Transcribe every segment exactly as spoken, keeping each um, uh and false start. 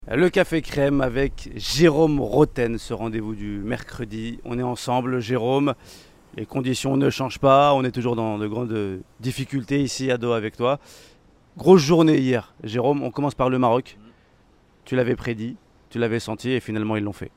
Le Café Crème avec Jérôme Roten, ce rendez-vous du mercredi. On est ensemble, Jérôme. Les conditions ne changent pas. On est toujours dans de grandes difficultés ici à Doha avec toi. Grosse journée hier, Jérôme. On commence par le Maroc. Tu l'avais prédit, tu l'avais senti et finalement ils l'ont fait.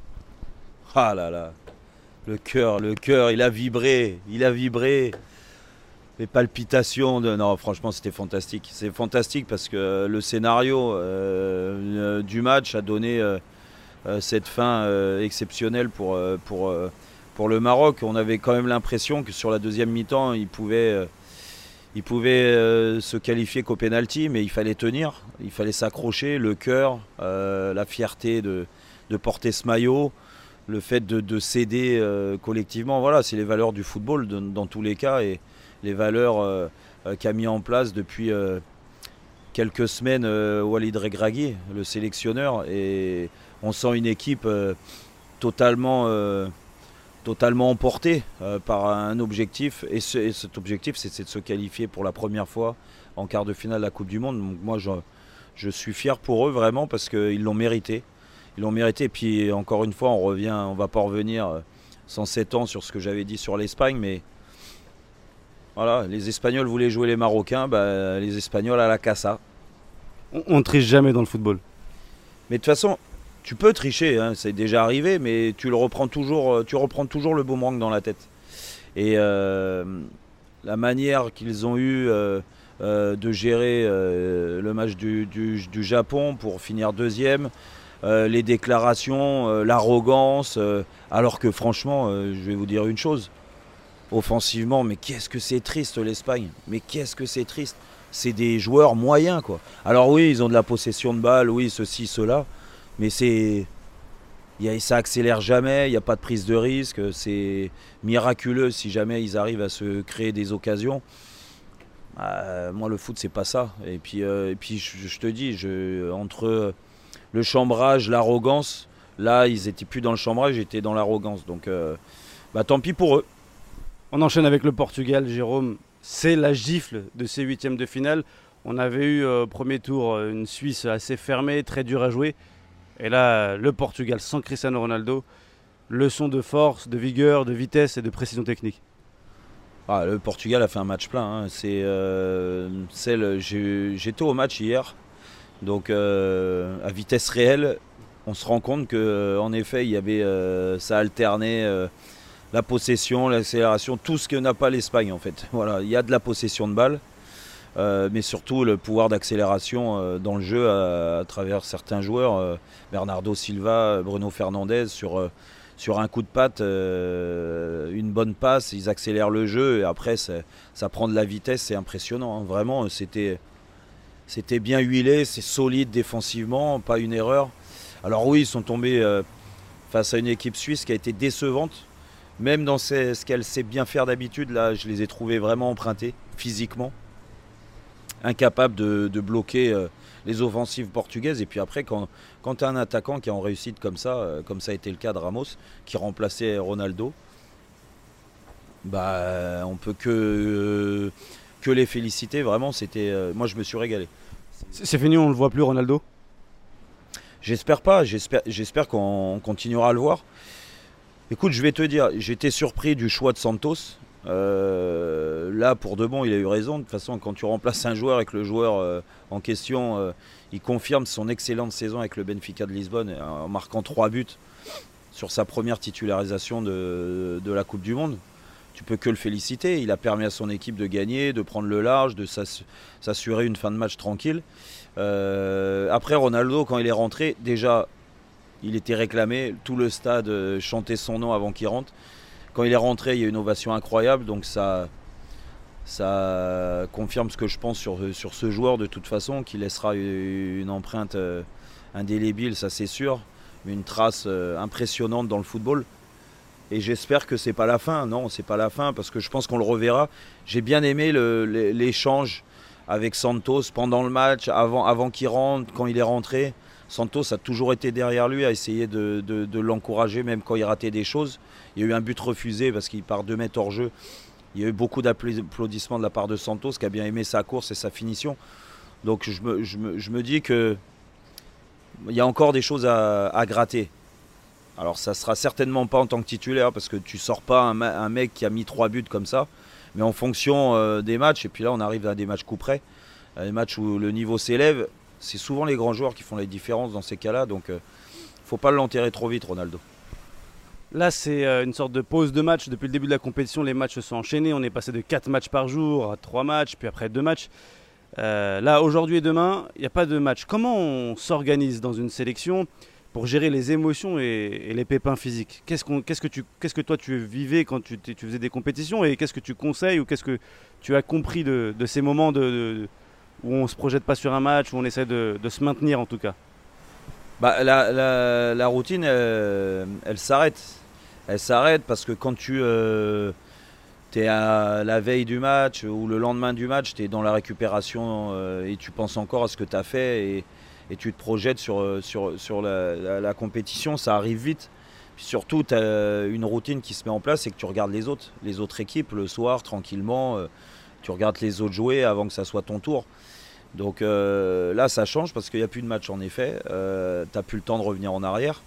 Ah là là, le cœur, le cœur, il a vibré, il a vibré. Les palpitations, de... non franchement c'était fantastique. C'est fantastique parce que le scénario euh, du match a donné euh, cette fin euh, exceptionnelle pour, euh, pour, euh, pour le Maroc. On avait quand même l'impression que sur la deuxième mi-temps, il pouvait, euh, il pouvait euh, se qualifier qu'au pénalty, mais il fallait tenir, il fallait s'accrocher, le cœur, euh, la fierté de, de porter ce maillot. Le fait de, de céder euh, collectivement, voilà, c'est les valeurs du football de, dans tous les cas et les valeurs euh, euh, qu'a mis en place depuis euh, quelques semaines euh, Walid Regragui, le sélectionneur. Et on sent une équipe euh, totalement, euh, totalement emportée euh, par un objectif. Et, ce, et cet objectif, c'est de se qualifier pour la première fois en quart de finale de la Coupe du Monde. Donc moi, je, je suis fier pour eux vraiment parce qu'ils l'ont mérité. Ils l'ont mérité. Et puis encore une fois, on revient, on ne va pas revenir sans sept ans sur ce que j'avais dit sur l'Espagne, mais voilà, les Espagnols voulaient jouer les Marocains, bah, les Espagnols à la casa. On ne triche jamais dans le football. Mais de toute façon, tu peux tricher, hein, c'est déjà arrivé, mais tu le reprends toujours, tu reprends toujours le boomerang dans la tête. Et euh, la manière qu'ils ont eu euh, euh, de gérer euh, le match du, du, du Japon pour finir deuxième. Euh, les déclarations, euh, l'arrogance, euh, alors que franchement, euh, je vais vous dire une chose, offensivement, mais qu'est-ce que c'est triste l'Espagne, mais qu'est-ce que c'est triste, c'est des joueurs moyens quoi. Alors oui, ils ont de la possession de balle, oui, ceci, cela, mais c'est, y a, ça accélère jamais, il n'y a pas de prise de risque, c'est miraculeux si jamais ils arrivent à se créer des occasions. Euh, moi le foot c'est pas ça, et puis, euh, et puis je, je te dis, je, entre le chambrage, l'arrogance, là ils étaient plus dans le chambrage, ils étaient dans l'arrogance, donc euh, bah, tant pis pour eux. On enchaîne avec le Portugal, Jérôme. C'est la gifle de ces huitièmes de finale. On avait eu au euh, premier tour une Suisse assez fermée, très dure à jouer. Et là, le Portugal sans Cristiano Ronaldo, leçon de force, de vigueur, de vitesse et de précision technique. Ah, le Portugal a fait un match plein. Hein. C'est, euh, j'étais au match hier. Donc euh, à vitesse réelle, on se rend compte qu'en effet, il y avait, euh, ça alternait euh, la possession, l'accélération, tout ce que n'a pas l'Espagne en fait. Voilà, il y a de la possession de balle, euh, mais surtout le pouvoir d'accélération euh, dans le jeu à, à travers certains joueurs. Euh, Bernardo Silva, Bruno Fernandes, sur, euh, sur un coup de patte, euh, une bonne passe, ils accélèrent le jeu et après ça prend de la vitesse, c'est impressionnant. Hein. Vraiment, c'était... C'était bien huilé, c'est solide défensivement, pas une erreur. Alors oui, ils sont tombés euh, face à une équipe suisse qui a été décevante. Même dans ces, ce qu'elle sait bien faire d'habitude, là, je les ai trouvés vraiment empruntés, physiquement. Incapables de, de bloquer euh, les offensives portugaises. Et puis après, quand, quand tu as un attaquant qui est en réussite comme ça, euh, comme ça a été le cas de Ramos, qui remplaçait Ronaldo, bah, on peut que... Euh, que les féliciter, vraiment, c'était, euh, moi je me suis régalé. C'est fini, on ne le voit plus Ronaldo? J'espère pas, j'espère qu'on continuera à le voir. Écoute, je vais te dire, j'étais surpris du choix de Santos. Euh, là, pour de bon, il a eu raison. De toute façon, quand tu remplaces un joueur et que le joueur euh, en question, euh, il confirme son excellente saison avec le Benfica de Lisbonne, en marquant trois buts sur sa première titularisation de, de la Coupe du Monde. Tu peux que le féliciter, il a permis à son équipe de gagner, de prendre le large, de s'assurer une fin de match tranquille. Euh, après Ronaldo, quand il est rentré, déjà il était réclamé, tout le stade chantait son nom avant qu'il rentre. Quand il est rentré, il y a une ovation incroyable, donc ça, ça confirme ce que je pense sur, sur ce joueur de toute façon, qui laissera une empreinte indélébile, ça c'est sûr, mais une trace impressionnante dans le football. Et j'espère que c'est pas la fin. Non, c'est pas la fin parce que je pense qu'on le reverra. J'ai bien aimé l'échange avec Santos pendant le match, avant, avant qu'il rentre, quand il est rentré. Santos a toujours été derrière lui, a essayé de, de, de l'encourager, même quand il ratait des choses. Il y a eu un but refusé parce qu'il part deux mètres hors jeu. Il y a eu beaucoup d'applaudissements de la part de Santos qui a bien aimé sa course et sa finition. Donc je me, je me, je me dis que il y a encore des choses à, à gratter. Alors ça sera certainement pas en tant que titulaire parce que tu sors pas un, un mec qui a mis trois buts comme ça, mais en fonction euh, des matchs, et puis là on arrive à des matchs coup près, à des matchs où le niveau s'élève, c'est souvent les grands joueurs qui font la différence dans ces cas-là, donc euh, faut pas l'enterrer trop vite Ronaldo. Là, c'est euh, une sorte de pause de match. Depuis le début de la compétition, les matchs se sont enchaînés. On est passé de quatre matchs par jour à trois matchs, puis après deux matchs. Euh, là, aujourd'hui et demain, il n'y a pas de match. Comment on s'organise dans une sélection pour gérer les émotions et, et les pépins physiques? Qu'est-ce qu'on, qu'est-ce que tu, qu'est-ce que toi tu vivais quand tu, tu faisais des compétitions et qu'est-ce que tu conseilles ou qu'est-ce que tu as compris de, de ces moments de, de, où on ne se projette pas sur un match, où on essaie de, de se maintenir en tout cas? Bah, la, la, la routine, elle, elle s'arrête. Elle s'arrête parce que quand tu euh, es à la veille du match ou le lendemain du match, tu es dans la récupération euh, et tu penses encore à ce que tu as fait et, et tu te projettes sur, sur, sur la, la, la compétition, ça arrive vite. Puis surtout, tu as une routine qui se met en place et que tu regardes les autres, les autres équipes le soir tranquillement. Euh, tu regardes les autres jouer avant que ça soit ton tour. Donc euh, là, ça change parce qu'il n'y a plus de match en effet. Euh, tu n'as plus le temps de revenir en arrière.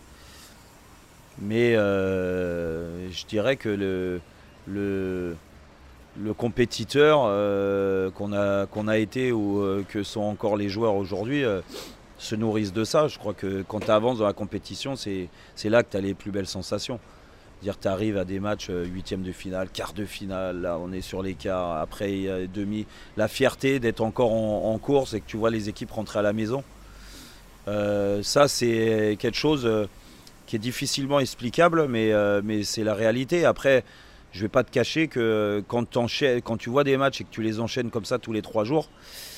Mais euh, je dirais que le, le, le compétiteur euh, qu'on a, qu'on a été ou euh, que sont encore les joueurs aujourd'hui euh, se nourrissent de ça. Je crois que quand tu avances dans la compétition, c'est, c'est là que tu as les plus belles sensations. Dire tu arrives à des matchs huitième de finale, quart de finale, là on est sur les quarts, après il y a demi. La fierté d'être encore en, en course et que tu vois les équipes rentrer à la maison. Euh, ça c'est quelque chose euh, qui est difficilement explicable, mais, euh, mais c'est la réalité. Après, je ne vais pas te cacher que quand, quand tu vois des matchs et que tu les enchaînes comme ça tous les trois jours,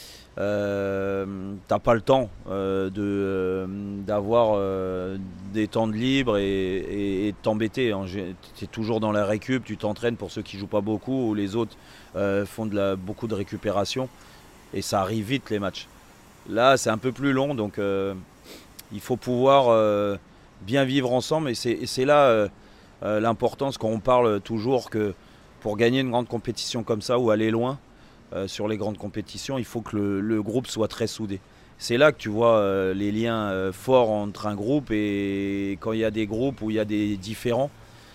euh, tu n'as pas le temps euh, de, euh, d'avoir euh, des temps de libre et, et, et de t'embêter. Tu es toujours dans la récup, tu t'entraînes pour ceux qui ne jouent pas beaucoup ou les autres euh, font de la, beaucoup de récupération et ça arrive vite les matchs. Là, c'est un peu plus long, donc euh, il faut pouvoir euh, bien vivre ensemble et c'est, et c'est là euh, euh, l'importance quand on parle toujours que pour gagner une grande compétition comme ça ou aller loin euh, sur les grandes compétitions, il faut que le, le groupe soit très soudé. C'est là que tu vois euh, les liens euh, forts entre un groupe et quand il y a des groupes où il y a des différents.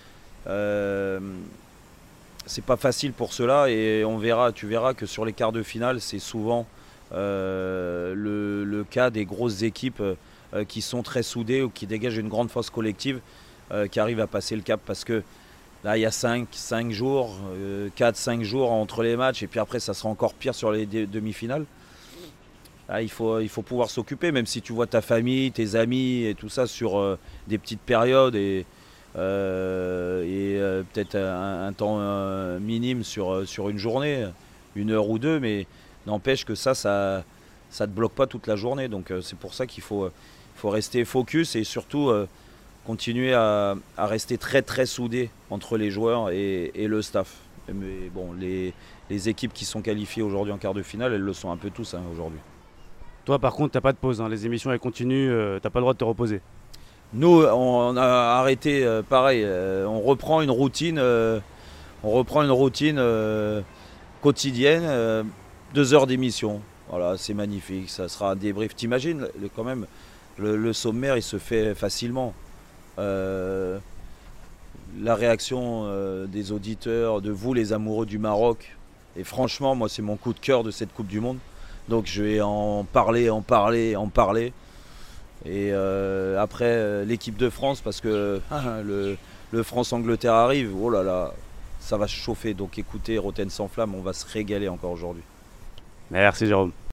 Euh, c'est pas facile pour cela et on verra, tu verras que sur les quarts de finale, c'est souvent euh, le, le cas des grosses équipes euh, qui sont très soudées ou qui dégagent une grande force collective euh, qui arrivent à passer le cap parce que là il y a cinq jours, euh, quatre cinq jours entre les matchs et puis après ça sera encore pire sur les demi-finales. Là, il faut, il faut pouvoir s'occuper même si tu vois ta famille, tes amis et tout ça sur euh, des petites périodes et, euh, et euh, peut-être un, un temps euh, minime sur, sur une journée, une heure ou deux, mais n'empêche que ça, ça ça ne te bloque pas toute la journée. Donc euh, c'est pour ça qu'il faut, euh, faut rester focus et surtout euh, continuer à, à rester très très soudé entre les joueurs et, et le staff. Mais bon, les, les équipes qui sont qualifiées aujourd'hui en quart de finale, elles le sont un peu tous hein, aujourd'hui. Toi par contre, tu n'as pas de pause, hein. Les émissions elles continuent, euh, tu n'as pas le droit de te reposer. Nous, on a arrêté, euh, pareil, euh, on reprend une routine, euh, on reprend une routine euh, quotidienne, euh, deux heures d'émission. Voilà, c'est magnifique, ça sera un débrief. T'imagines, le, quand même, le, le sommaire, il se fait facilement. Euh, la réaction euh, des auditeurs, de vous, les amoureux du Maroc. Et franchement, moi, c'est mon coup de cœur de cette Coupe du Monde. Donc, je vais en parler, en parler, en parler. Et euh, après, euh, l'équipe de France, parce que ah, le, le France-Angleterre arrive. Oh là là, ça va chauffer. Donc, écoutez, Roten sans flamme, on va se régaler encore aujourd'hui. Merci Jérôme.